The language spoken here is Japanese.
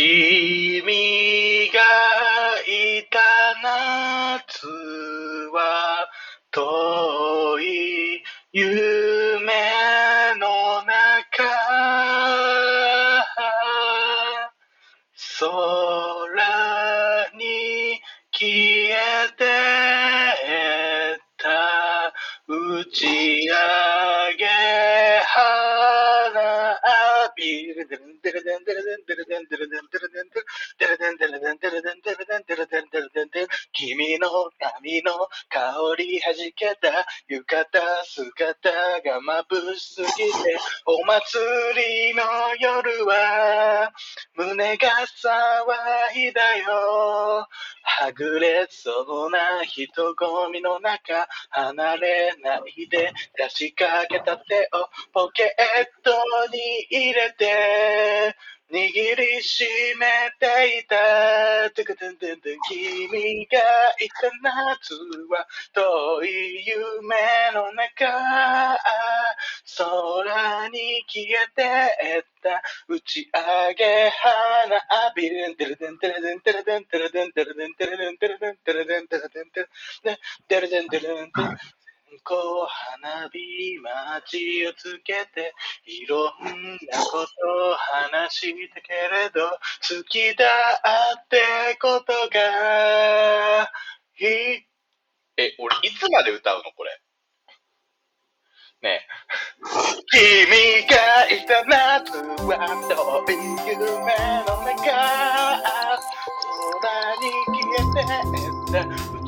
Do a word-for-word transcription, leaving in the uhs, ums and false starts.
君がいた夏は遠い夢の中、空に消えてた打ち上げ花火君の髪の香りはじけた浴衣姿が眩しすぎてお祭りの夜は胸が騒いだよ。はぐれそうな人混みの中離れないで出しかけた手をポケットに入れて握りしめていた君がいた夏は遠い夢の中空に消えてった打ち上げ花火ルンテルデンテルデンテルデンテルデンテルデンテルデンテルデンテルデンテルデンテルデンテルデンテルデンテルデンこう花火待ちをつけていろんなことを話したけれど好きだってことがいい。え、俺いつまで歌うのこれねえ君がいた夏は遠い夢の中空に消えてった